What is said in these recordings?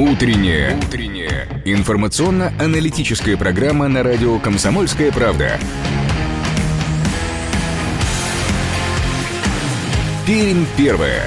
Утренняя информационно-аналитическая программа на радио «Комсомольская правда». Пермь первая.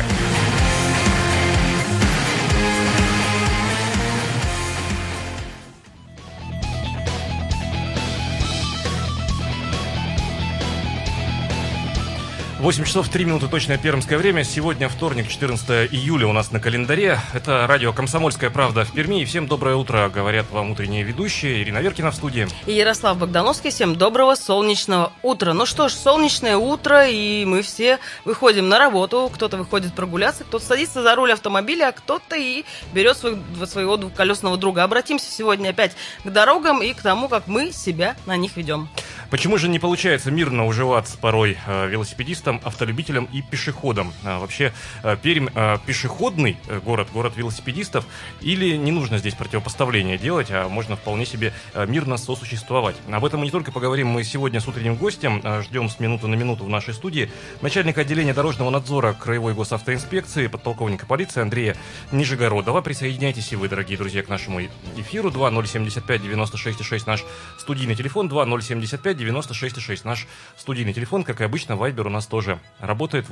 Восемь часов 3 минуты точное пермское время. Сегодня вторник, 14 июля у нас на календаре. Это радио «Комсомольская правда» в Перми. И всем доброе утро, говорят вам утренние ведущие. Ирина Веркина в студии. И Ярослав Богдановский. Всем доброго солнечного утра. Ну что ж, солнечное утро, и мы все выходим на работу. Кто-то выходит прогуляться, кто-то садится за руль автомобиля, а кто-то и берет своего двухколесного друга. Обратимся сегодня опять к дорогам и к тому, как мы себя на них ведем. Почему же не получается мирно уживаться порой велосипедистам, автолюбителям и пешеходам? Вообще, Пермь пешеходный город велосипедистов, или не нужно здесь противопоставление делать, а можно вполне себе мирно сосуществовать? Об этом мы не только поговорим мы сегодня с утренним гостем, ждем с минуты на минуту в нашей студии начальника отделения дорожного надзора Краевой госавтоинспекции, подполковника полиции Андрея Нижегородова. Присоединяйтесь и вы, дорогие друзья, к нашему эфиру. 2075-96-6 наш студийный телефон, 2075-96-6 наш студийный телефон, как и обычно, Вайбер у нас тоже работает,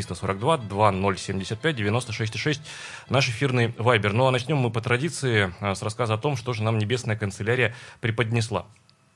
8-342-2075-96-6 наш эфирный Вайбер. Ну а начнем мы по традиции с рассказа о том, что же нам небесная канцелярия преподнесла.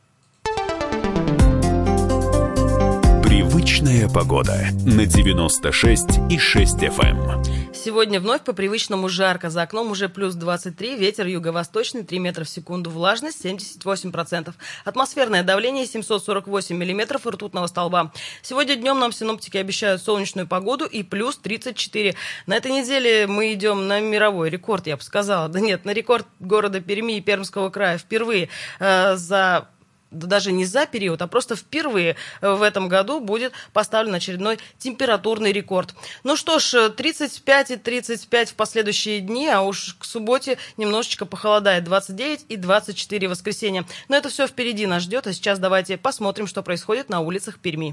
Привычная погода на 96,6 FM. Сегодня вновь по привычному жарко. За окном уже плюс 23, ветер юго-восточный, 3 метра в секунду, влажность 78%. Атмосферное давление 748 миллиметров ртутного столба. Сегодня днем нам синоптики обещают солнечную погоду и плюс 34. На этой неделе мы идем на мировой рекорд, я бы сказала. Да нет, на рекорд города Перми и Пермского края. Впервые даже не за период, а просто впервые в этом году будет поставлен очередной температурный рекорд. Ну что ж, 35 и 35 в последующие дни, а уж к субботе немножечко похолодает, 29 и 24 в воскресенье. Но это все впереди нас ждет, а сейчас давайте посмотрим, что происходит на улицах Перми.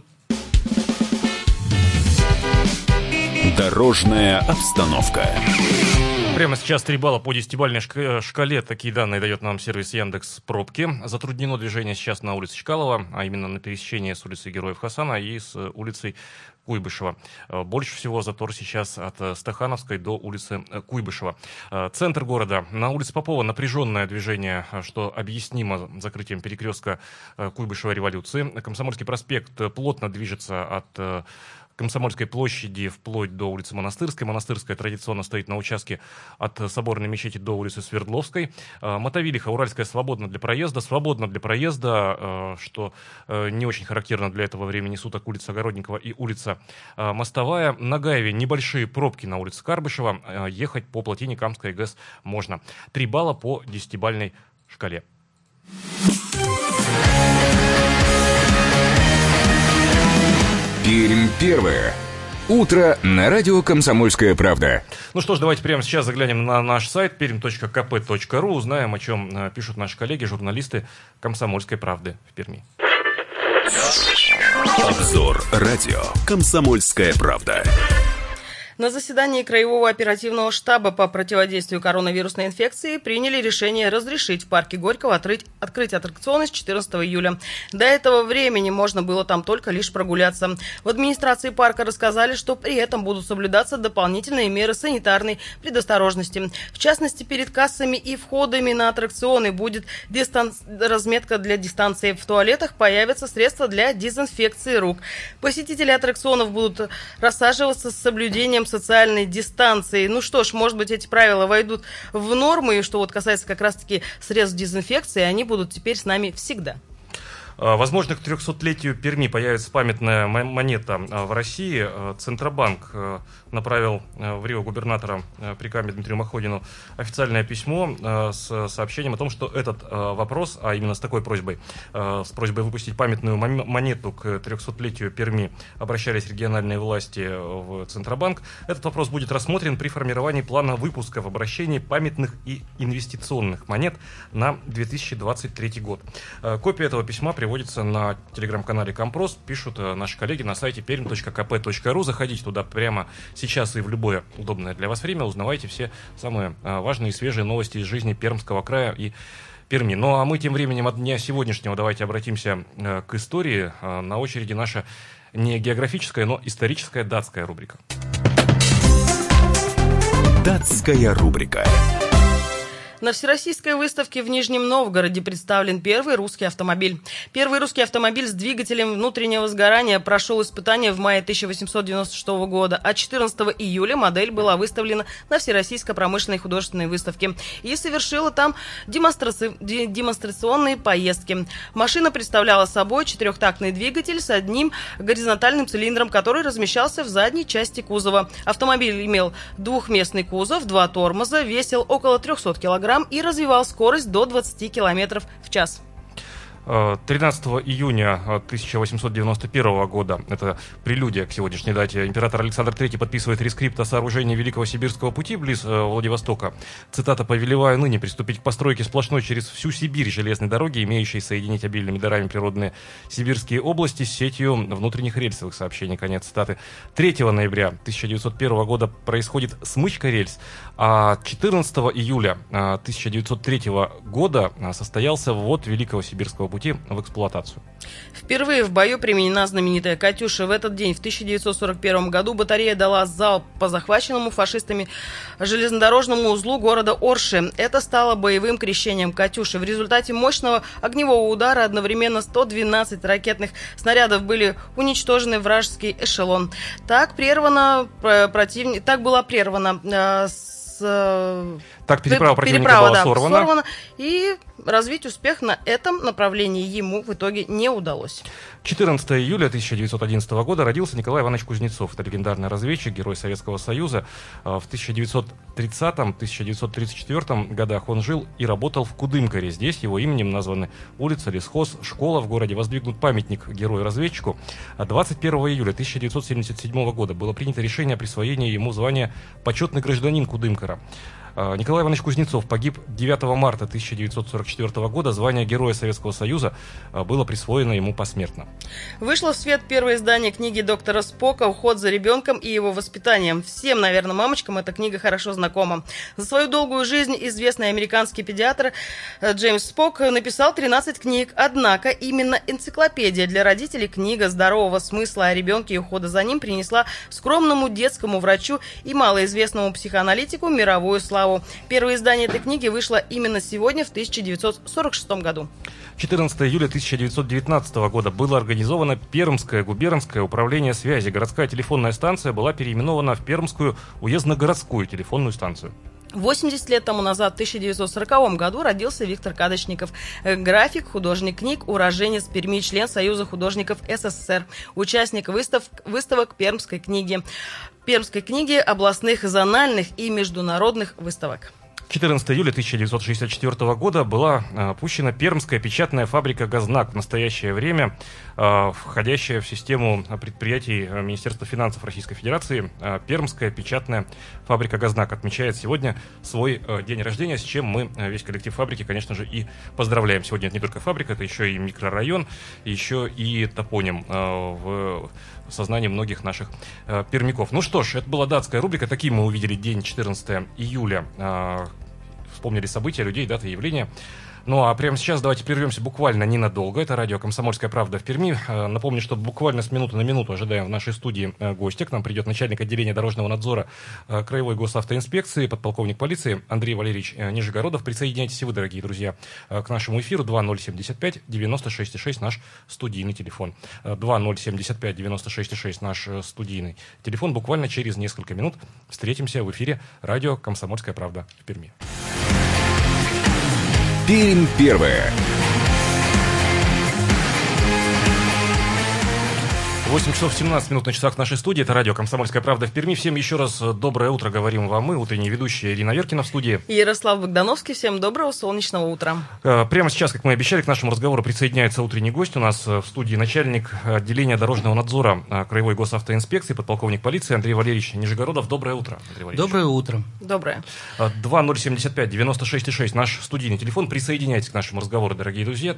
Дорожная обстановка. Прямо сейчас 3 балла по 10-бальной шкале. Такие данные дает нам сервис Яндекс.Пробки. Затруднено движение сейчас на улице Чкалова, а именно на пересечении с улицей Героев Хасана и с улицей Куйбышева. Больше всего затор сейчас от Стахановской до улицы Куйбышева. Центр города. На улице Попова напряженное движение, что объяснимо закрытием перекрестка Куйбышева-Революции. Комсомольский проспект плотно движется от Комсомольской площади вплоть до улицы Монастырской. Монастырская традиционно стоит на участке от Соборной мечети до улицы Свердловской. Мотовилиха, Уральская свободна для проезда. Свободна для проезда, что не очень характерно для этого времени суток, улица Огородникова и улица Мостовая. На Гаеве небольшие пробки на улице Карбышева. Ехать по плотине Камской ГЭС можно. 3 балла по 10-бальной шкале. Пермь первая. Утро на радио «Комсомольская правда». Ну что ж, давайте прямо сейчас заглянем на наш сайт perm.kp.ru, узнаем, о чем пишут наши коллеги, журналисты «Комсомольской правды» в Перми. Обзор радио «Комсомольская правда». На заседании Краевого оперативного штаба по противодействию коронавирусной инфекции приняли решение разрешить в парке Горького открыть аттракционы с 14 июля. До этого времени можно было там только лишь прогуляться. В администрации парка рассказали, что при этом будут соблюдаться дополнительные меры санитарной предосторожности. В частности, перед кассами и входами на аттракционы будет разметка для дистанции. В туалетах появятся средства для дезинфекции рук. Посетители аттракционов будут рассаживаться с соблюдением социальной дистанции. Ну что ж, может быть, эти правила войдут в норму, и что вот касается как раз-таки средств дезинфекции, они будут теперь с нами всегда. Возможно, к 300-летию Перми появится памятная монета в России. Центробанк направил в Рио губернатора при Каме Дмитрию Махонину официальное письмо с сообщением о том, что этот вопрос, а именно с такой просьбой, с просьбой выпустить памятную монету к 300-летию Перми, обращались региональные власти в Центробанк. Этот вопрос будет рассмотрен при формировании плана выпуска в обращении памятных и инвестиционных монет на 2023 год. Копия этого письма переводится на телеграм-канале Компрос. Пишут наши коллеги на сайте perm.kp.ru. Заходите туда прямо сейчас и в любое удобное для вас время. Узнавайте все самые важные и свежие новости из жизни Пермского края и Перми. Ну а мы тем временем от дня сегодняшнего давайте обратимся к истории. На очереди наша не географическая, но историческая датская рубрика. Датская рубрика. На Всероссийской выставке в Нижнем Новгороде представлен первый русский автомобиль. Первый русский автомобиль с двигателем внутреннего сгорания прошел испытания в мае 1896 года, а 14 июля модель была выставлена на Всероссийской промышленной художественной выставке и совершила там демонстрационные поездки. Машина представляла собой четырехтактный двигатель с одним горизонтальным цилиндром, который размещался в задней части кузова. Автомобиль имел двухместный кузов, 2 тормоза, весил около 300 кг и развивал скорость до 20 км в час. 13 июня 1891 года, это прелюдия к сегодняшней дате, император Александр III подписывает рескрипт о сооружении Великого Сибирского пути близ Владивостока. Цитата: «Повелеваю ныне приступить к постройке сплошной через всю Сибирь железной дороги, имеющей соединить обильными дарами природные сибирские области с сетью внутренних рельсовых сообщений». Конец цитаты. 3 ноября 1901 года происходит смычка рельс, а 14 июля 1903 года состоялся ввод Великого Сибирского пути в эксплуатацию. Впервые в бою применена знаменитая «Катюша». В этот день, в 1941 году, батарея дала залп по захваченному фашистами железнодорожному узлу города Орши. Это стало боевым крещением «Катюши». В результате мощного огневого удара одновременно 112 ракетных снарядов были уничтожены вражеский эшелон. Так была прервана переправа противника была сорвана. И развить успех на этом направлении ему в итоге не удалось. 14 июля 1911 года родился Николай Иванович Кузнецов. Это легендарный разведчик, герой Советского Союза. В 1930-1934 годах он жил и работал в Кудымкаре. Здесь его именем названы улица, лесхоз, школа. В городе воздвигнут памятник герою-разведчику. 21 июля 1977 года было принято решение о присвоении ему звания «Почетный гражданин Кудымкара». Николай Иванович Кузнецов погиб 9 марта 1944 года. Звание Героя Советского Союза было присвоено ему посмертно. Вышло в свет первое издание книги доктора Спока «Уход за ребенком и его воспитанием». Всем, наверное, мамочкам эта книга хорошо знакома. За свою долгую жизнь известный американский педиатр Джеймс Спок написал 13 книг. Однако именно энциклопедия для родителей, книга здорового смысла о ребенке и ухода за ним, принесла скромному детскому врачу и малоизвестному психоаналитику мировую славу. Первое издание этой книги вышло именно сегодня, в 1946 году. 14 июля 1919 года было организовано Пермское губернское управление связи. Городская телефонная станция была переименована в Пермскую уездно-городскую телефонную станцию. 80 лет тому назад, в 1940 году, родился Виктор Кадочников. График, художник книг, уроженец Перми, член Союза художников СССР, участник выставок Пермской книги областных, зональных и международных выставок. 14 июля 1964 года была пущена Пермская печатная фабрика «Гознак», в настоящее время входящая в систему предприятий Министерства финансов Российской Федерации. Пермская печатная фабрика «Гознак» отмечает сегодня свой день рождения, с чем мы весь коллектив фабрики, конечно же, и поздравляем. Сегодня это не только фабрика, это еще и микрорайон, еще и топоним в сознании многих наших пермяков. Ну что ж, это была датская рубрика. Таким мы увидели день 14 июля. Вспомнили события, людей, даты, явления. Ну а прямо сейчас давайте прервемся буквально ненадолго. Это радио «Комсомольская правда» в Перми. Напомню, что буквально с минуты на минуту ожидаем в нашей студии гостя. К нам придет начальник отделения дорожного надзора Краевой госавтоинспекции, подполковник полиции Андрей Валерьевич Нижегородов. Присоединяйтесь и вы, дорогие друзья, к нашему эфиру. 2075-96-6 наш студийный телефон. 2075-96-6 наш студийный телефон. Буквально через несколько минут встретимся в эфире радио «Комсомольская правда» в Перми. Пермь первая. 8 часов 17 минут на часах в нашей студии. Это радио «Комсомольская правда» в Перми. Всем еще раз доброе утро говорим вам мы, утренние ведущие Ирина Веркина в студии. И Ярослав Богдановский. Всем доброго солнечного утра. Прямо сейчас, как мы обещали, к нашему разговору присоединяется утренний гость. У нас в студии начальник отделения дорожного надзора Краевой госавтоинспекции, подполковник полиции Андрей Валерьевич Нижегородов. Доброе утро, Андрей Валерьевич. Доброе утро. Доброе. 2075-96-6 наш студийный телефон. Присоединяйтесь к нашему разговору, дорогие друзья.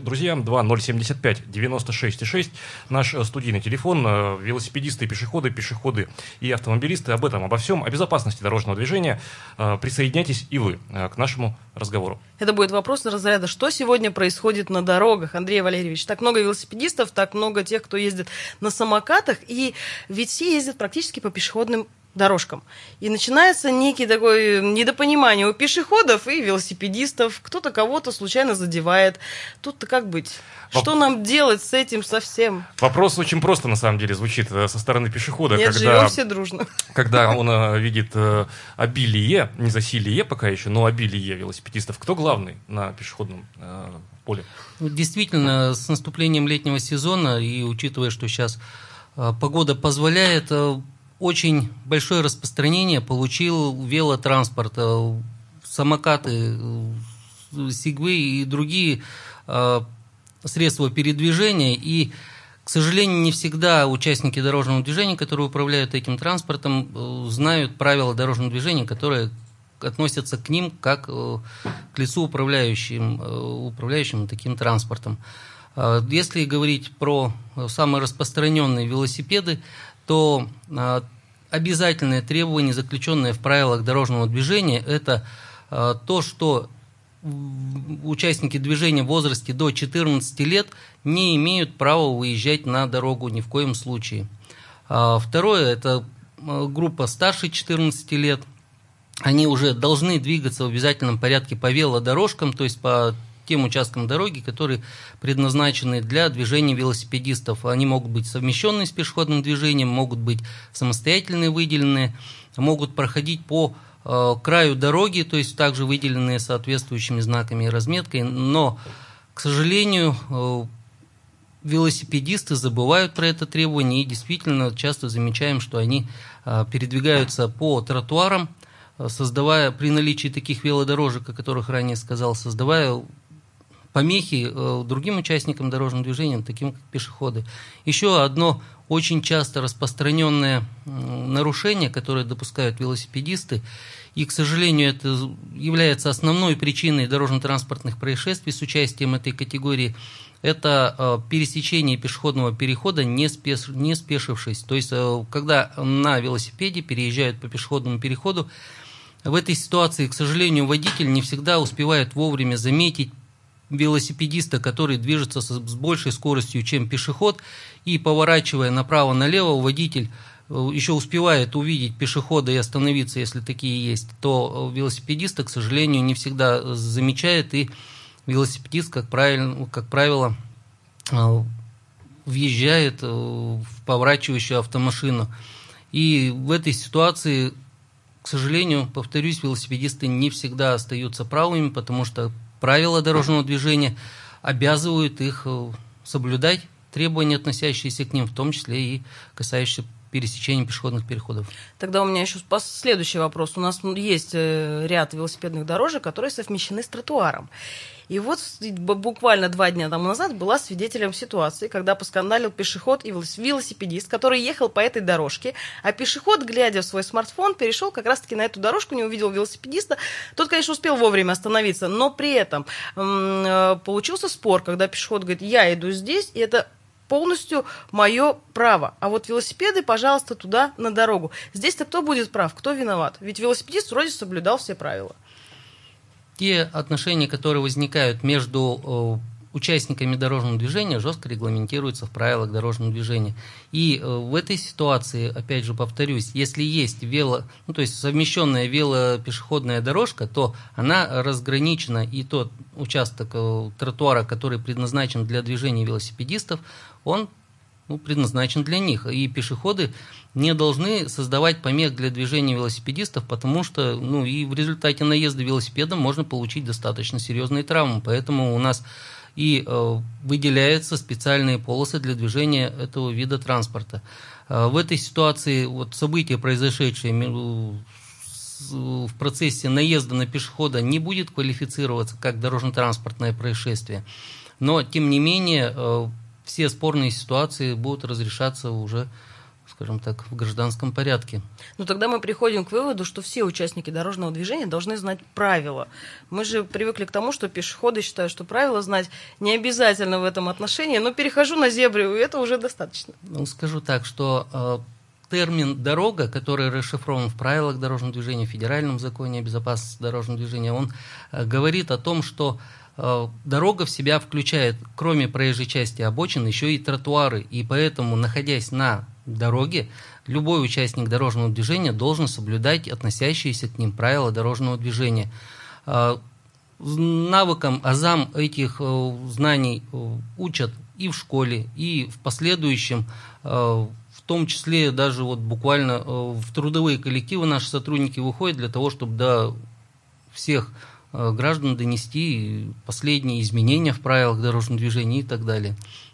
2075-96-6 наш студийный телефон. Велосипедисты, пешеходы и автомобилисты. Об этом, обо всем, о безопасности дорожного движения. Присоединяйтесь и вы к нашему разговору. Это будет вопрос из разряда, что сегодня происходит на дорогах, Андрей Валерьевич. Так много велосипедистов, так много тех, кто ездит на самокатах, и ведь все ездят практически по пешеходным дорожкам. И начинается некий такой недопонимание у пешеходов и велосипедистов. Кто-то кого-то случайно задевает. Тут-то как быть? Что нам делать с этим совсем? Вопрос очень просто, на самом деле, звучит со стороны пешехода. Нет, живем все дружно. Когда он видит обилие, не засилие пока еще, но обилие велосипедистов. Кто главный на пешеходном поле? Действительно, с наступлением летнего сезона, и учитывая, что сейчас погода позволяет, очень большое распространение получил велотранспорт, самокаты, сегвей и другие средства передвижения. И, к сожалению, не всегда участники дорожного движения, которые управляют этим транспортом, знают правила дорожного движения, которые относятся к ним как к лицу, управляющим таким транспортом. Если говорить про самые распространенные велосипеды, то обязательное требование, заключенное в правилах дорожного движения, это то, что участники движения в возрасте до 14 лет не имеют права выезжать на дорогу ни в коем случае. Второе, это группа старше 14 лет. Они уже должны двигаться в обязательном порядке по велодорожкам, то есть по тем участкам дороги, которые предназначены для движения велосипедистов. Они могут быть совмещенные с пешеходным движением, могут быть самостоятельные, выделенные, могут проходить по краю дороги, то есть также выделенные соответствующими знаками и разметкой. Но, к сожалению, велосипедисты забывают про это требование и действительно часто замечаем, что они передвигаются по тротуарам, создавая, при наличии таких велодорожек, о которых ранее сказал, создавая помехи другим участникам дорожного движения, таким как пешеходы. Еще одно очень часто распространенное нарушение, которое допускают велосипедисты, и, к сожалению, это является основной причиной дорожно-транспортных происшествий с участием этой категории, это пересечение пешеходного перехода, не спешившись. То есть, когда на велосипеде переезжают по пешеходному переходу, в этой ситуации, к сожалению, водитель не всегда успевает вовремя заметить велосипедиста, который движется с большей скоростью, чем пешеход, и, поворачивая направо-налево, водитель еще успевает увидеть пешехода и остановиться, если такие есть, то велосипедиста, к сожалению, не всегда замечает, и велосипедист, как правило, въезжает в поворачивающую автомашину. И в этой ситуации, к сожалению, повторюсь, велосипедисты не всегда остаются правыми, потому что правила дорожного движения обязывают их соблюдать, требования, относящиеся к ним, в том числе и касающиеся пересечения пешеходных переходов. Тогда у меня еще следующий вопрос. У нас есть ряд велосипедных дорожек, которые совмещены с тротуаром. И вот буквально 2 дня тому назад была свидетелем ситуации, когда поскандалил пешеход и велосипедист, который ехал по этой дорожке, а пешеход, глядя в свой смартфон, перешел как раз-таки на эту дорожку, не увидел велосипедиста. Тот, конечно, успел вовремя остановиться, но при этом получился спор, когда пешеход говорит: я иду здесь, и это полностью мое право. А вот велосипеды, пожалуйста, туда, на дорогу. Здесь-то кто будет прав, кто виноват? Ведь велосипедист вроде соблюдал все правила. Те отношения, которые возникают между участниками дорожного движения, жестко регламентируются в правилах дорожного движения. И в этой ситуации, опять же повторюсь, если есть то есть совмещенная велопешеходная дорожка, то она разграничена, и тот участок тротуара, который предназначен для движения велосипедистов, он предназначен для них. И пешеходы не должны создавать помех для движения велосипедистов, потому что и в результате наезда велосипедом можно получить достаточно серьезные травмы. Поэтому у нас и выделяются специальные полосы для движения этого вида транспорта. В этой ситуации вот события, произошедшие в процессе наезда на пешехода, не будет квалифицироваться как дорожно-транспортное происшествие, но тем не менее все спорные ситуации будут разрешаться уже, скажем так, в гражданском порядке. Ну, тогда мы приходим к выводу, что все участники дорожного движения должны знать правила. Мы же привыкли к тому, что пешеходы считают, что правила знать не обязательно в этом отношении, но перехожу на зебру, и это уже достаточно. Ну, скажу так, что термин «дорога», который расшифрован в правилах дорожного движения, в Федеральном законе о безопасности дорожного движения, он говорит о том, что дорога в себя включает, кроме проезжей части обочин, еще и тротуары, и поэтому, находясь на дороге, любой участник дорожного движения должен соблюдать относящиеся к ним правила дорожного движения. Навыкам, азам этих знаний учат и в школе, и в последующем, в том числе даже вот буквально в трудовые коллективы наши сотрудники выходят для того, чтобы до всех граждан донести последние изменения в правилах дорожного движения и так далее.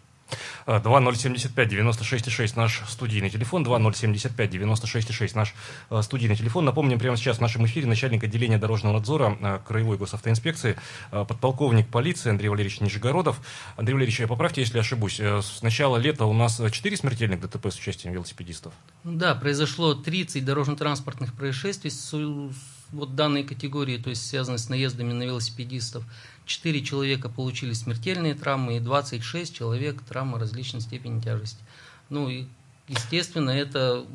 2075-96-6 наш студийный телефон, 2075-96-6 наш студийный телефон. Напомним, прямо сейчас в нашем эфире начальник отделения дорожного надзора Краевой госавтоинспекции, подполковник полиции Андрей Валерьевич Нижегородов. Андрей Валерьевич, поправьте, если ошибусь, с начала лета у нас 4 смертельных ДТП с участием велосипедистов? Да, произошло 30 дорожно-транспортных происшествий с вот данной категории, то есть связанной с наездами на велосипедистов. 4 человека получили смертельные травмы и 26 человек травмы различной степени тяжести. Ну и, естественно, это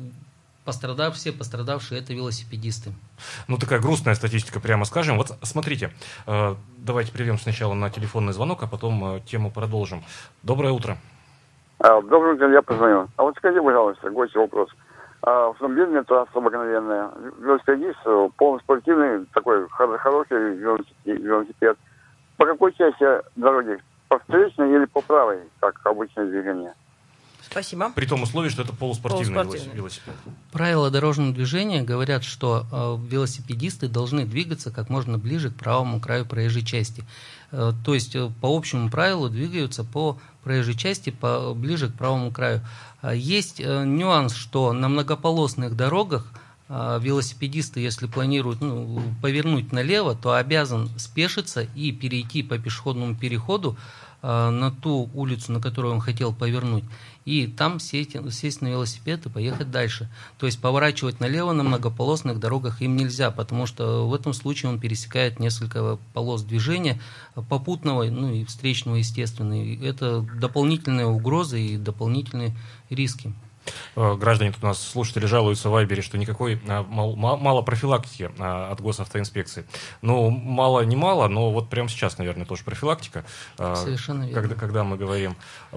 все пострадавшие это велосипедисты. Ну, такая грустная статистика, прямо скажем. Вот смотрите, давайте прервем сначала на телефонный звонок, а потом тему продолжим. Доброе утро. Доброе утро, я позвонил. А вот скажи, пожалуйста, гости вопрос. Автомобильная трасса обыкновенная, велосипедист, полуспортивный, такой хороший велосипед. По какой части дороги? По встречной или по правой, как обычное движение? Спасибо. При том условии, что это полуспортивный велосипед. Правила дорожного движения говорят, что велосипедисты должны двигаться как можно ближе к правому краю проезжей части. То есть по общему правилу двигаются по проезжей части ближе к правому краю. Есть нюанс, что на многополосных дорогах велосипедисты, если планируют повернуть налево, то обязан спешиться и перейти по пешеходному переходу на ту улицу, на которую он хотел повернуть, и там сесть на велосипед и поехать дальше. То есть поворачивать налево на многополосных дорогах им нельзя, потому что в этом случае он пересекает несколько полос движения, попутного, и встречного, естественно. И это дополнительные угрозы и дополнительные риски. Граждане тут у нас, слушатели, жалуются в Вайбере, что никакой мало профилактики от госавтоинспекции. Ну, мало не мало, но вот прямо сейчас, наверное, тоже профилактика. Совершенно верно. Когда мы говорим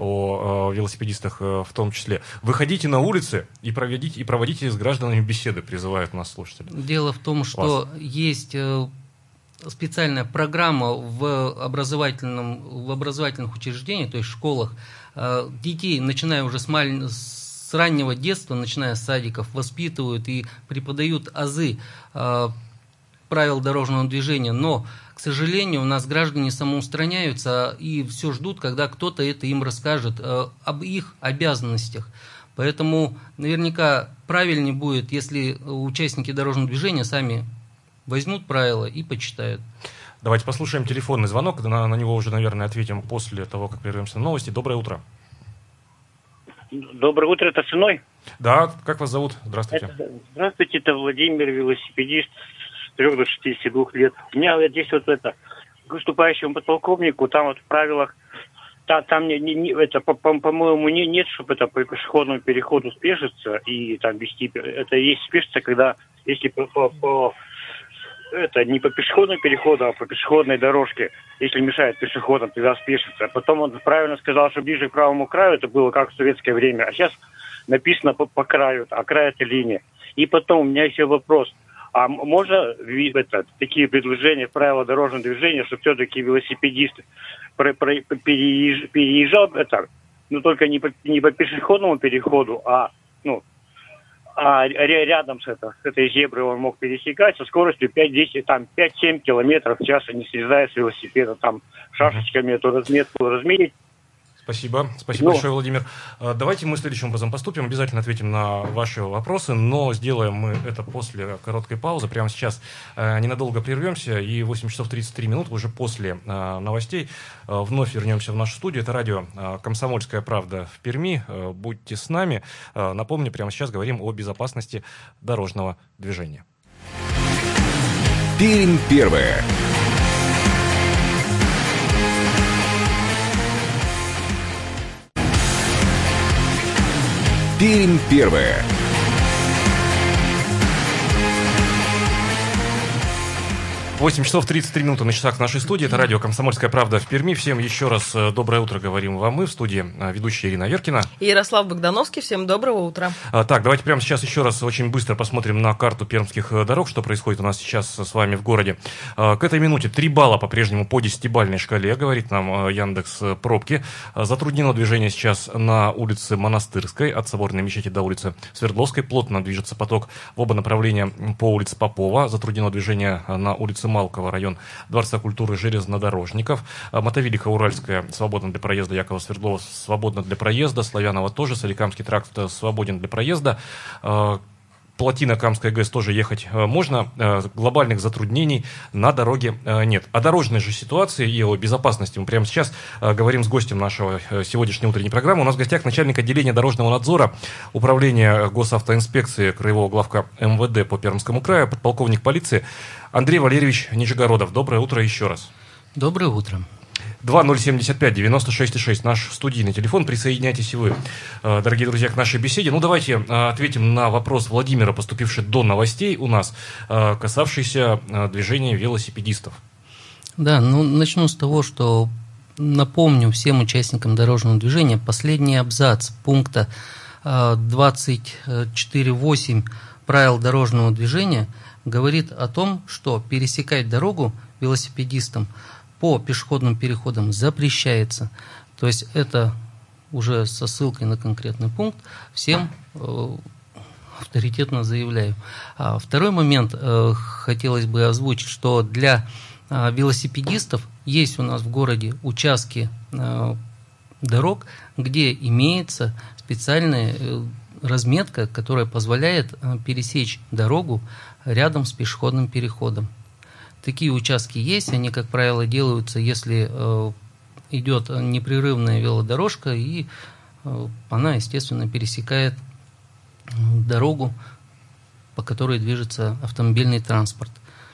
о велосипедистах в том числе. Выходите на улицы и проводите с гражданами беседы, призывают нас слушатели. Дело в том, что есть специальная программа в образовательных учреждениях, то есть школах, детей, начиная уже с раннего детства, начиная с садиков, воспитывают и преподают азы правил дорожного движения, но, к сожалению, у нас граждане самоустраняются и все ждут, когда кто-то это им расскажет об их обязанностях. Поэтому наверняка правильнее будет, если участники дорожного движения сами возьмут правила и почитают. Давайте послушаем телефонный звонок, на него уже, наверное, ответим после того, как прервемся на новости. Доброе утро. Доброе утро, это Сыной? Да, как вас зовут? Здравствуйте. Здравствуйте, это Владимир, велосипедист с 3 до 62 лет. У меня здесь к выступающему подполковнику, там в правилах, там по-моему, нет, чтобы это по пешеходному переходу спешиться и там вести. Это есть спешиться, когда, если не по пешеходному переходу, а по пешеходной дорожке. Если мешает пешеходам, тогда спешится. Потом он правильно сказал, что ближе к правому краю, это было как в советское время. А сейчас написано по краю, а край это линия. И потом у меня еще вопрос. А можно такие предложения в правила дорожного движения, чтобы все-таки велосипедисты переезжал, только не по пешеходному переходу, а рядом с этой зеброй он мог пересекать со скоростью 5-10, там 5-7 километров в час, не слезая с велосипеда, там шашечками эту разметку разменить. Спасибо. Спасибо большое, Владимир. Давайте мы следующим образом поступим. Обязательно ответим на ваши вопросы, но сделаем мы это после короткой паузы. Прямо сейчас ненадолго прервемся, и 8 часов 33 минуты уже после новостей вновь вернемся в нашу студию. Это радио «Комсомольская правда» в Перми. Будьте с нами. Напомню, прямо сейчас говорим о безопасности дорожного движения. Пермь первая. Пермь первая. 8 часов 33 минуты на часах нашей студии. Это радио «Комсомольская правда» в Перми. Всем еще раз доброе утро говорим вам мы. В студии ведущая Ирина Веркина. И Ярослав Богдановский. Всем доброго утра. Так, давайте прямо сейчас еще раз очень быстро посмотрим на карту пермских дорог, что происходит у нас сейчас с вами в городе. К этой минуте 3 балла по-прежнему по 10-бальной шкале, говорит нам Яндекс Пробки. Затруднено движение сейчас на улице Монастырской, от Соборной мечети до улицы Свердловской. Плотно движется поток в оба направления по улице Попова. Затруднено движение на улице Малкова, район Дворца культуры железнодорожников. Мотовилиха-Уральская свободна для проезда, Якова Свердлова свободна для проезда, Славянова тоже, Соликамский тракт свободен для проезда. Плотина Камская ГЭС тоже ехать можно, глобальных затруднений на дороге нет. О дорожной же ситуации и о безопасности мы прямо сейчас говорим с гостем нашего сегодняшней утренней программы. У нас в гостях начальник отделения дорожного надзора Управления госавтоинспекции Краевого главка МВД по Пермскому краю, подполковник полиции Андрей Валерьевич Нижегородов. Доброе утро еще раз. Доброе утро. 2075-96-6, наш студийный телефон. Присоединяйтесь и вы, дорогие друзья, к нашей беседе. Ну, давайте ответим на вопрос Владимира, поступивший до новостей у нас, касавшийся движения велосипедистов. Да, ну, начну с того, что напомню всем участникам дорожного движения последний абзац пункта 24.8 правил дорожного движения говорит о том, что пересекать дорогу велосипедистам по пешеходным переходам запрещается. То есть это уже со ссылкой на конкретный пункт всем авторитетно заявляю. Второй момент хотелось бы озвучить, что для велосипедистов есть у нас в городе участки дорог, где имеется специальная разметка, которая позволяет пересечь дорогу рядом с пешеходным переходом. Такие участки есть, они, как правило, делаются, если идет непрерывная велодорожка, и она, естественно, пересекает дорогу, по которой движется автомобильный транспорт.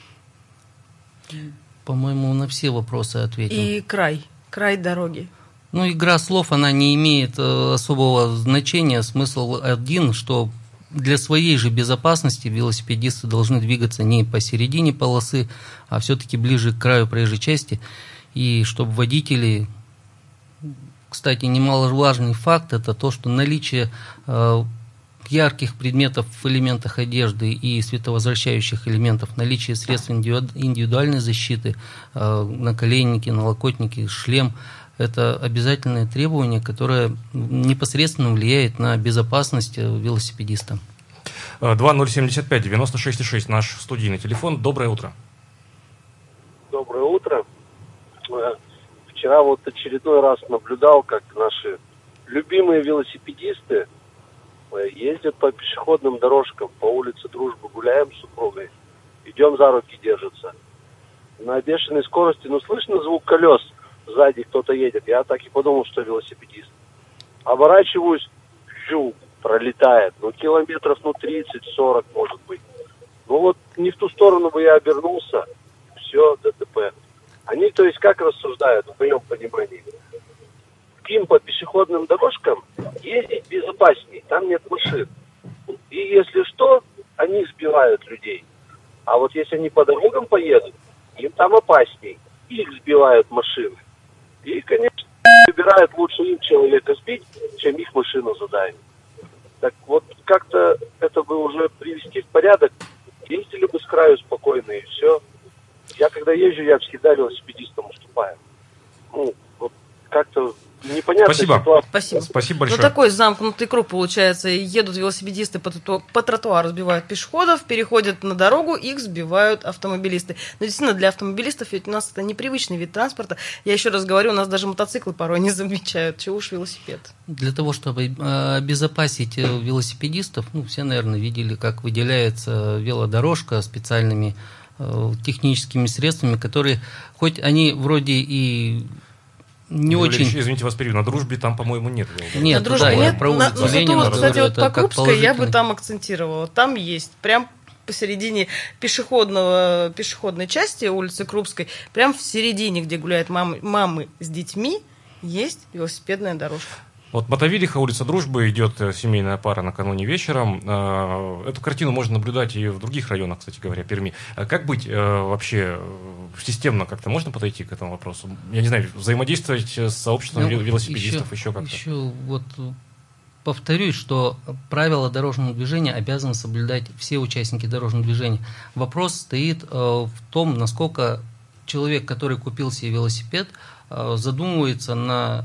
По-моему, на все вопросы ответил. И край дороги. Ну, игра слов, она не имеет особого значения. Смысл один, что для своей же безопасности велосипедисты должны двигаться не посередине полосы, а все-таки ближе к краю проезжей части. И чтобы водители... Кстати, немаловажный факт – это то, что наличие ярких предметов в элементах одежды и световозвращающих элементов, наличие средств индивидуальной защиты, наколенники, налокотники, шлем – это обязательное требование, которое непосредственно влияет на безопасность велосипедиста. 2075-96-6, наш студийный телефон. Доброе утро. Доброе утро. Вчера вот очередной раз наблюдал, как наши любимые велосипедисты ездят по пешеходным дорожкам, по улице Дружбы, гуляем с супругой, идем за руки держатся. На бешеной скорости, слышно звук колес, сзади кто-то едет. Я так и подумал, что велосипедист. Оборачиваюсь, пролетает. Километров 30-40 может быть. Не в ту сторону бы я обернулся, все, ДТП. Они, то есть, как рассуждают, в моем понимании? Им по пешеходным дорожкам ездить безопасней, там нет машин. И если что, они сбивают людей. А вот если они по дорогам поедут, им там опасней. Их сбивают машины. И, конечно, выбирают лучше им человека сбить, чем их машину задавить. Так вот, как-то это бы уже привести в порядок. Ездили бы с краю спокойно, и все. Я когда езжу, я всегда велосипедистам уступаю. Как-то непонятная Спасибо. ситуация. Спасибо. Спасибо большое. Ну, такой замкнутый круг получается. Едут велосипедисты по тротуару, сбивают пешеходов, переходят на дорогу, их сбивают автомобилисты. Но действительно, для автомобилистов ведь у нас это непривычный вид транспорта. Я еще раз говорю, у нас даже мотоциклы порой не замечают. Чего уж велосипед. Для того, чтобы обезопасить велосипедистов, все, наверное, видели, как выделяется велодорожка специальными техническими средствами, которые, хоть они вроде и не очень... Извините, вас перебью, на Дружбе там, по-моему, нет. Нет, на Дружбе нет. Про улицу Ленина, кстати, вот по Крупской я бы положительный. там акцентировала. Там есть, прям посередине пешеходной части улицы Крупской, прям в середине, где гуляют мамы с детьми, есть велосипедная дорожка. Вот Мотовилиха, улица Дружбы, идет семейная пара накануне вечером. Эту картину можно наблюдать и в других районах, кстати говоря, Перми. Как быть вообще системно как-то можно подойти к этому вопросу? Я не знаю, взаимодействовать с сообществом велосипедистов еще как-то? Еще вот повторюсь, что правила дорожного движения обязаны соблюдать все участники дорожного движения. Вопрос стоит в том, насколько человек, который купил себе велосипед, задумывается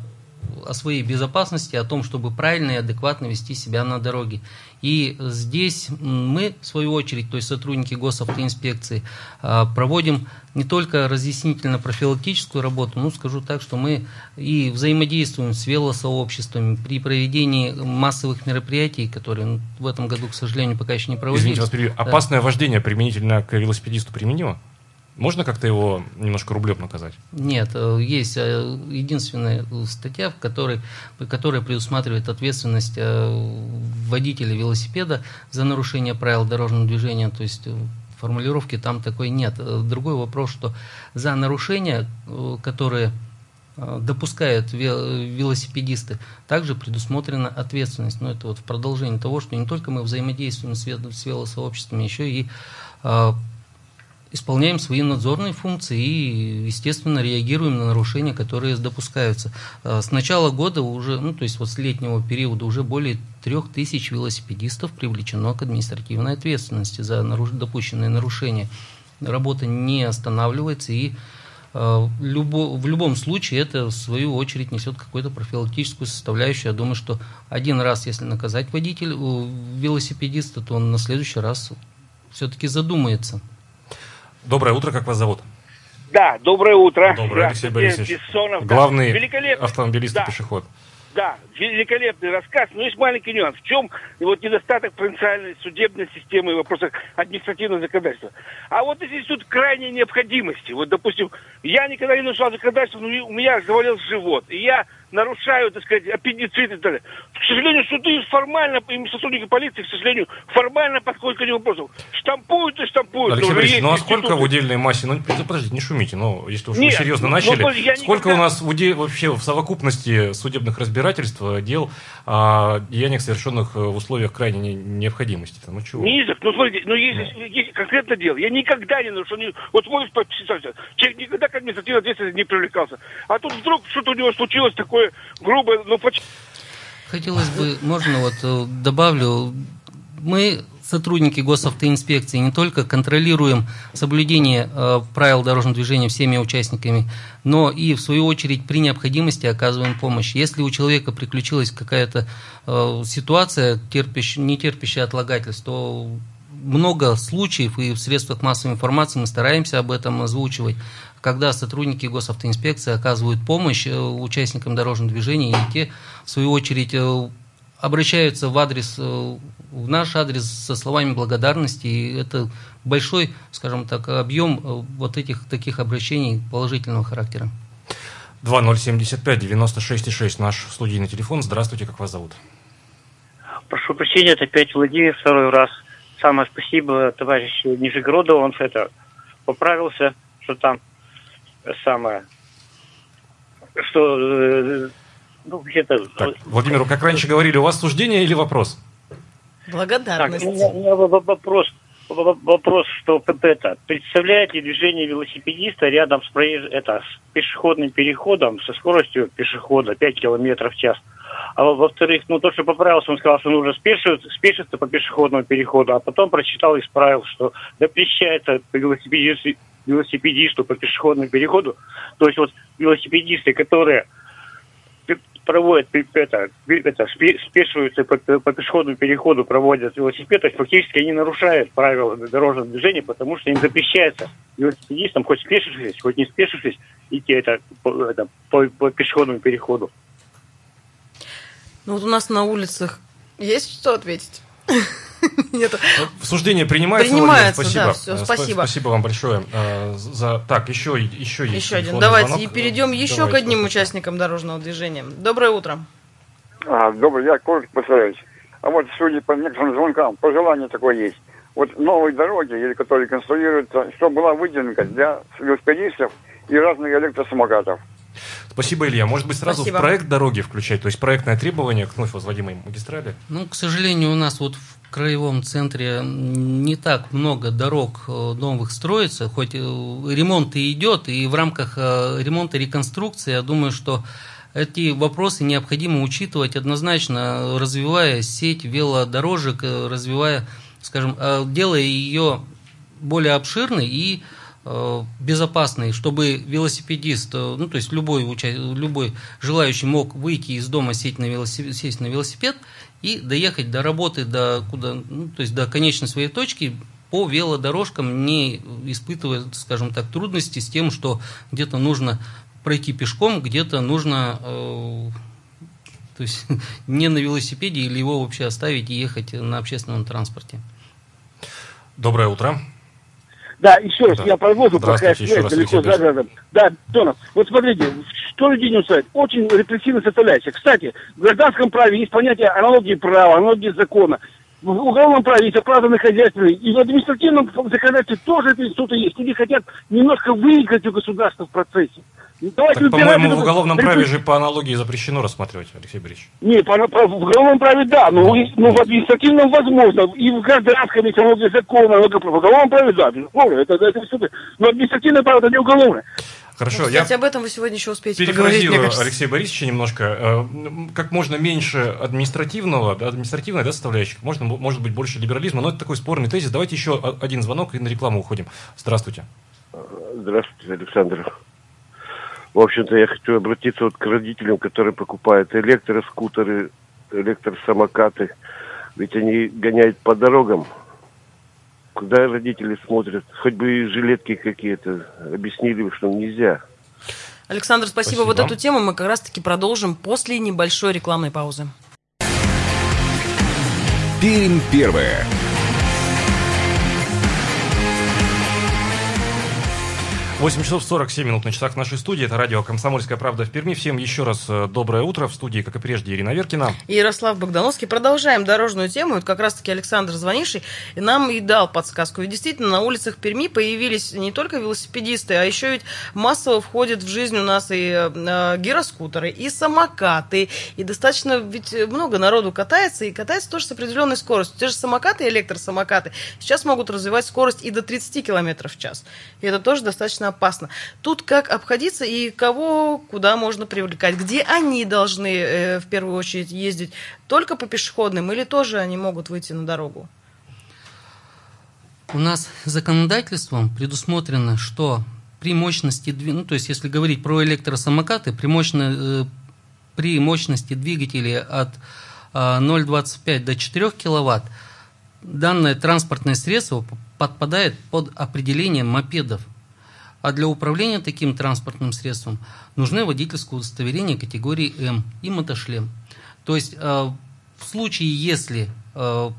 о своей безопасности, о том, чтобы правильно и адекватно вести себя на дороге. И здесь мы, в свою очередь, то есть сотрудники госавтоинспекции, проводим не только разъяснительно-профилактическую работу, но скажу так, что мы и взаимодействуем с велосообществами при проведении массовых мероприятий, которые в этом году, к сожалению, пока еще не проводились. Извините, вас перебью. Опасное вождение применительно к велосипедисту применимо? Можно как-то его немножко рублем наказать? Нет, есть единственная статья, которая предусматривает ответственность водителя велосипеда за нарушение правил дорожного движения, то есть формулировки там такой нет. Другой вопрос, что за нарушения, которые допускают велосипедисты, также предусмотрена ответственность. Но это вот в продолжении того, что не только мы взаимодействуем с велосообществами, еще и исполняем свои надзорные функции и, естественно, реагируем на нарушения, которые допускаются. С начала года уже, то есть вот с летнего периода уже более 3000 велосипедистов привлечено к административной ответственности за допущенные нарушения. Работа не останавливается, и в любом случае это, в свою очередь, несет какую-то профилактическую составляющую. Я думаю, что один раз, если наказать велосипедиста, то он на следующий раз все-таки задумается. Доброе утро, как вас зовут? Да, доброе утро. Доброе, Алексей Борисович. Бессонов. Главный Великолепно. автомобилист и пешеход. Да, великолепный рассказ, но есть маленький нюанс. В чем вот недостаток провинциальной судебной системы в вопросах административного законодательства? А вот здесь тут крайней необходимости. Вот, допустим, я никогда не нарушал законодательство, но у меня заболел живот, и я нарушаю, так сказать, аппендицит и так далее. К сожалению, суды формально, и сотрудники полиции, к сожалению, формально подходят к этим вопросам. Штампуют и штампуют. Алексей Борисович, ну а сколько в удельной массе? Подождите, не шумите, если уж вы серьезно начали. Сколько у нас вообще в совокупности судебных разбирательств дел о деяниях, совершенных в условиях крайней необходимости? Ну чего? Низок, смотрите, есть конкретное дело. Я никогда не нарушал, вот смотришь по ситуации, человек никогда к административной ответственности не привлекался. А тут вдруг что-то у него случилось такое грубое, Хотелось бы, можно добавлю, мы, сотрудники госавтоинспекции, не только контролируем соблюдение правил дорожного движения всеми участниками, но и, в свою очередь, при необходимости оказываем помощь. Если у человека приключилась какая-то ситуация, не терпящая отлагательств, то много случаев, и в средствах массовой информации мы стараемся об этом озвучивать, когда сотрудники госавтоинспекции оказывают помощь участникам дорожного движения, и те, в свою очередь, обращаются в наш адрес со словами благодарности, и это большой, скажем так, объем таких обращений положительного характера. 2075-96-6 наш студийный телефон. Здравствуйте, как вас зовут? Прошу прощения, это опять Владимир, второй раз. Самое спасибо товарищу Нижегородову, он поправился, что там где-то... Так, Владимир, как раньше говорили, у вас суждение или вопрос? Благодарность. Так, у меня вопрос, что представляет ли движение велосипедиста рядом с пешеходным переходом со скоростью пешехода 5 км в час? А во-вторых, то, что поправился, он сказал, что нужно спешиться по пешеходному переходу, а потом прочитал и исправил, что запрещается велосипедисту по пешеходному переходу. То есть велосипедисты, которые проводят, спешиваются по пешеходному переходу, проводят велосипед, то есть фактически они нарушают правила дорожного движения, потому что им запрещается велосипедистам, хоть спешившись, хоть не спешившись, идти по пешеходному переходу. Ну вот у нас на улицах есть что ответить? Нет. Суждение принимается. Принимается, спасибо. Да, все, спасибо. Спасибо вам большое. Так, еще есть. Еще один. Давайте и перейдем еще к одним участникам дорожного движения. Доброе утро. Добрый, я коротко постараюсь. А вот, судя по некоторым звонкам, пожелание такое есть. Вот новые дороги, или которые конструируются, чтобы была выделенка для велосипедистов и разных электросамокатов. Спасибо, Илья. Может быть, сразу Спасибо. в проект дороги включать, то есть проектное требование к вновь возводимой магистрали? Ну, к сожалению, у нас вот в краевом центре не так много дорог новых строится, хоть ремонт и идет, и в рамках ремонта и реконструкции, я думаю, что эти вопросы необходимо учитывать однозначно, развивая сеть велодорожек, развивая, скажем, делая ее более обширной и безопасной, чтобы велосипедист, ну, то есть любой желающий мог выйти из дома, сесть на велосипед и доехать до работы, то есть до конечной своей точки по велодорожкам, не испытывая, скажем так, трудности с тем, что где-то нужно пройти пешком, где-то нужно то есть не на велосипеде или его вообще оставить и ехать на общественном транспорте. Доброе утро. Да, еще раз, я провожу, пока связь далеко за городом. Да, Донов, вот смотрите, что людей не устраивает? Очень репрессивная составляющая. Кстати, в гражданском праве есть понятие аналогии права, аналогии закона. В уголовном праве есть оправданное хозяйство. И в административном законодательстве тоже это что-то есть. Люди хотят немножко выиграть у государства в процессе. Давайте, так, по-моему, в уголовном праве же по аналогии запрещено рассматривать, Алексей Борисович. Не, в уголовном праве да, но в административном возможно. И в гражданском есть аналогия закона, в уголовном праве да, безусловно, это все. Но административное право это не уголовное. Хорошо, кстати, об этом вы сегодня еще успеете поговорить, мне кажется. Алексея Борисовича немножко. Как можно меньше административной составляющей, может быть больше либерализма, но это такой спорный тезис. Давайте еще один звонок и на рекламу уходим. Здравствуйте. Здравствуйте, Александр. В общем-то, я хочу обратиться вот к родителям, которые покупают электроскутеры, электросамокаты. Ведь они гоняют по дорогам. Куда родители смотрят? Хоть бы и жилетки какие-то. Объяснили бы, что нельзя. Александр, спасибо. Вот эту тему мы как раз-таки продолжим после небольшой рекламной паузы. Пермь первая. 8 часов 47 минут на часах в нашей студии. Это радио «Комсомольская правда» в Перми. Всем еще раз доброе утро. В студии, как и прежде, Ирина Веркина. И Ярослав Богдановский. Продолжаем дорожную тему. Вот как раз-таки Александр, звонивший, и нам и дал подсказку. И действительно, на улицах Перми появились не только велосипедисты, а еще ведь массово входят в жизнь у нас и гироскутеры, и самокаты. И достаточно ведь много народу катается, и катается тоже с определенной скоростью. Те же самокаты, электросамокаты, сейчас могут развивать скорость и до 30 км в час. И это тоже достаточно опасно. Тут как обходиться и кого куда можно привлекать? Где они должны в первую очередь ездить? Только по пешеходным или тоже они могут выйти на дорогу? У нас законодательством предусмотрено, что при мощности, ну, то есть если говорить про электросамокаты, при мощности двигателей от 0,25 до 4 киловатт данное транспортное средство подпадает под определение мопедов. А для управления таким транспортным средством нужны водительское удостоверение категории М и мотошлем. То есть в случае, если то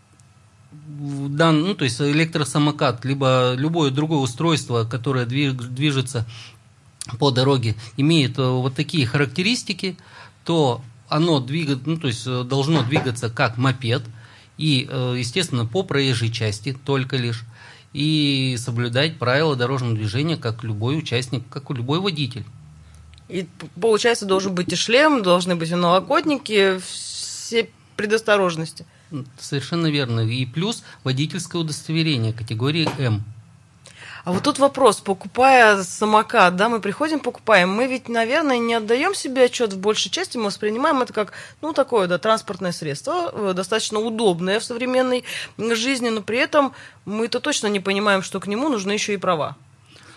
есть электросамокат, либо любое другое устройство, которое движется по дороге, имеет вот такие характеристики, то оно должно двигаться как мопед и, естественно, по проезжей части только лишь. И соблюдать правила дорожного движения, как любой участник, как и любой водитель. И получается, должен быть и шлем, должны быть и налокотники, все предосторожности. Совершенно верно. И плюс водительское удостоверение категории М. А вот тут вопрос, покупая самокат, да, мы приходим, покупаем, мы ведь, наверное, не отдаем себе отчет в большей части, мы воспринимаем это как, такое, да, транспортное средство, достаточно удобное в современной жизни, но при этом мы-то точно не понимаем, что к нему нужны еще и права.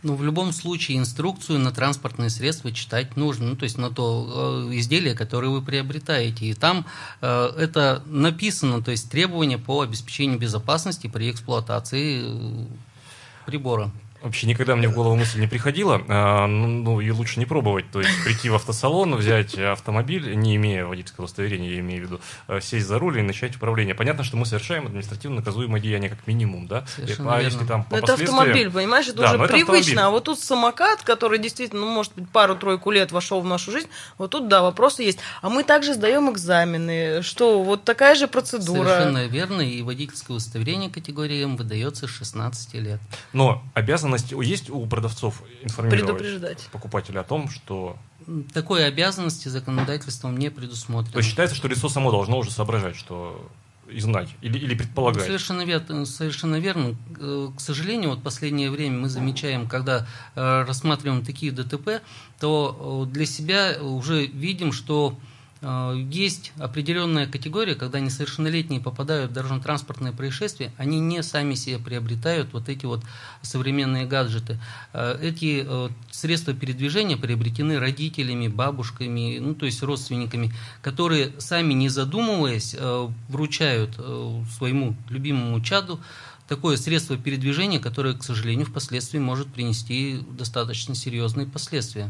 Ну, в любом случае, инструкцию на транспортные средства читать нужно, ну, то есть на то изделие, которое вы приобретаете. И там это написано, то есть требования по обеспечению безопасности при эксплуатации прибора. Вообще никогда мне в голову мысль не приходила, ну и лучше не пробовать, то есть прийти в автосалон, взять автомобиль, не имея водительского удостоверения, я имею в виду, сесть за руль и начать управление. Понятно, что мы совершаем административно наказуемое деяние как минимум, да? Совершенно если там по это автомобиль, понимаешь, это уже привычно, автомобиль. А вот тут самокат, который действительно, ну, может быть, пару-тройку лет вошел в нашу жизнь, вот тут, да, вопросы есть. А мы также сдаем экзамены, что вот такая же процедура. Совершенно верно, и водительское удостоверение категории М выдается с 16 лет. Но обязанность есть у продавцов информировать предупреждать покупателя о том, что... Такой обязанности законодательством не предусмотрено. То есть считается, что лицо само должно уже соображать, что и знать, или предполагать. Совершенно верно. К сожалению, вот в последнее время мы замечаем, когда рассматриваем такие ДТП, то для себя уже видим, что есть определенная категория, когда несовершеннолетние попадают в дорожно-транспортное происшествие, они не сами себе приобретают вот эти вот современные гаджеты. Эти средства передвижения приобретены родителями, бабушками, ну то есть родственниками, которые сами не задумываясь вручают своему любимому чаду такое средство передвижения, которое, к сожалению, впоследствии может принести достаточно серьезные последствия.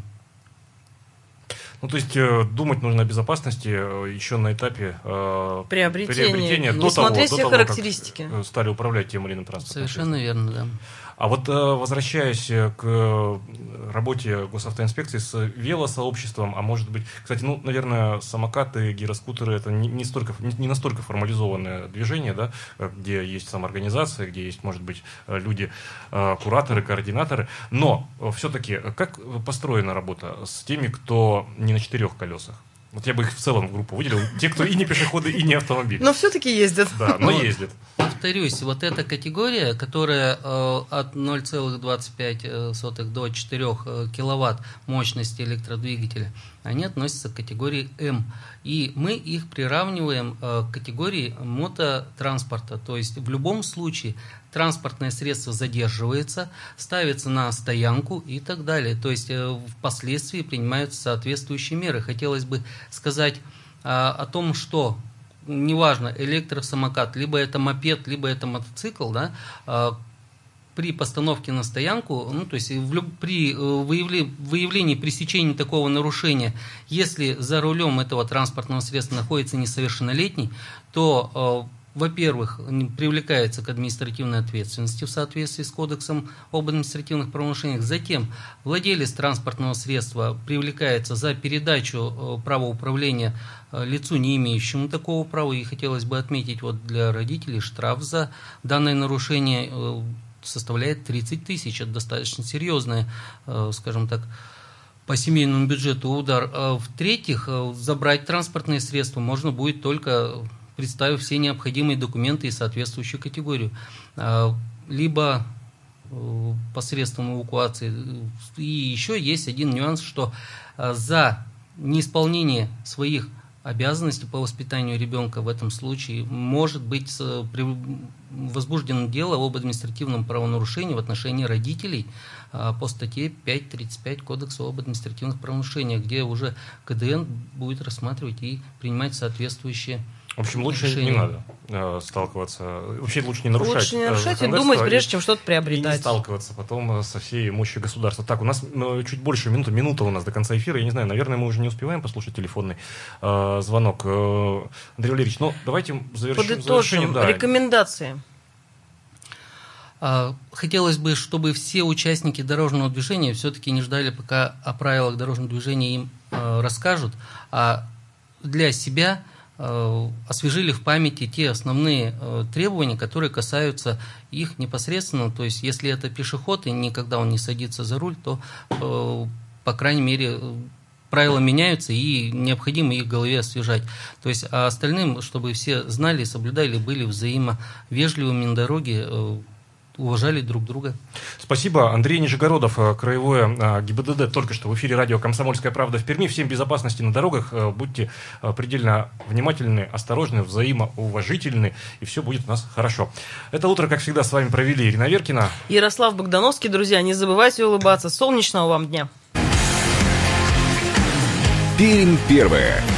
Ну, то есть думать нужно о безопасности еще на этапе приобретения до смотреть все характеристики. Как стали управлять тем или иным транспортом. Совершенно верно, да. А вот возвращаясь к работе госавтоинспекции с велосообществом, а может быть, кстати, ну, наверное, самокаты, гироскутеры — это не настолько формализованное движение, да, где есть самоорганизация, где есть, может быть, люди, кураторы, координаторы, но все-таки как построена работа с теми, кто не на 4 колесах? Вот я бы их в целом в группу выделил. Те, кто и не пешеходы, и не автомобили. Но все-таки ездят. Да, но ездят. Повторюсь, вот эта категория, которая от 0,25 до 4 киловатт мощности электродвигателя, они относятся к категории М. И мы их приравниваем к категории мототранспорта. То есть в любом случае транспортное средство задерживается, ставится на стоянку и так далее. То есть впоследствии принимаются соответствующие меры. Хотелось бы сказать о том, что неважно, электросамокат, либо это мопед, либо это мотоцикл, да, при постановке на стоянку, ну, то есть при выявлении, пресечении такого нарушения, если за рулем этого транспортного средства находится несовершеннолетний, то, во-первых, привлекается к административной ответственности в соответствии с Кодексом об административных правонарушениях. Затем владелец транспортного средства привлекается за передачу права управления лицу, не имеющему такого права. И хотелось бы отметить вот для родителей, штраф за данное нарушение составляет 30 тысяч. Это достаточно серьезное, скажем так, по семейному бюджету удар. В-третьих, забрать транспортные средства можно будет только представив все необходимые документы и соответствующую категорию, либо посредством эвакуации. И еще есть один нюанс, что за неисполнение своих обязанностей по воспитанию ребенка в этом случае может быть возбуждено дело об административном правонарушении в отношении родителей по статье 5.35 Кодекса об административных правонарушениях, где уже КДН будет рассматривать и принимать соответствующие. В общем, лучше не надо сталкиваться. Вообще лучше не нарушать. Лучше не нарушать и думать, прежде чем что-то приобретать. И не сталкиваться потом со всей мощью государства. Так, у нас чуть больше минута у нас до конца эфира. Я не знаю, наверное, мы уже не успеваем послушать телефонный звонок. Андрей Валерьевич, ну давайте подытожим. Да. Рекомендации. Хотелось бы, чтобы все участники дорожного движения все-таки не ждали, пока о правилах дорожного движения им расскажут, а для себя освежили в памяти те основные требования, которые касаются их непосредственно. То есть, если это пешеход и никогда он не садится за руль, то, по крайней мере, правила меняются и необходимо их в голове освежать. То есть, а остальным, чтобы все знали, соблюдали, были взаимовежливыми на дороге, уважали друг друга. Спасибо. Андрей Нижегородов, краевое ГИБДД, только что в эфире радио «Комсомольская правда» в Перми. Всем безопасности на дорогах. Будьте предельно внимательны, осторожны, взаимоуважительны, и все будет у нас хорошо. Это утро, как всегда, с вами провели Ирина Веркина. Ярослав Богдановский. Друзья, не забывайте улыбаться. Солнечного вам дня. Пермь первая.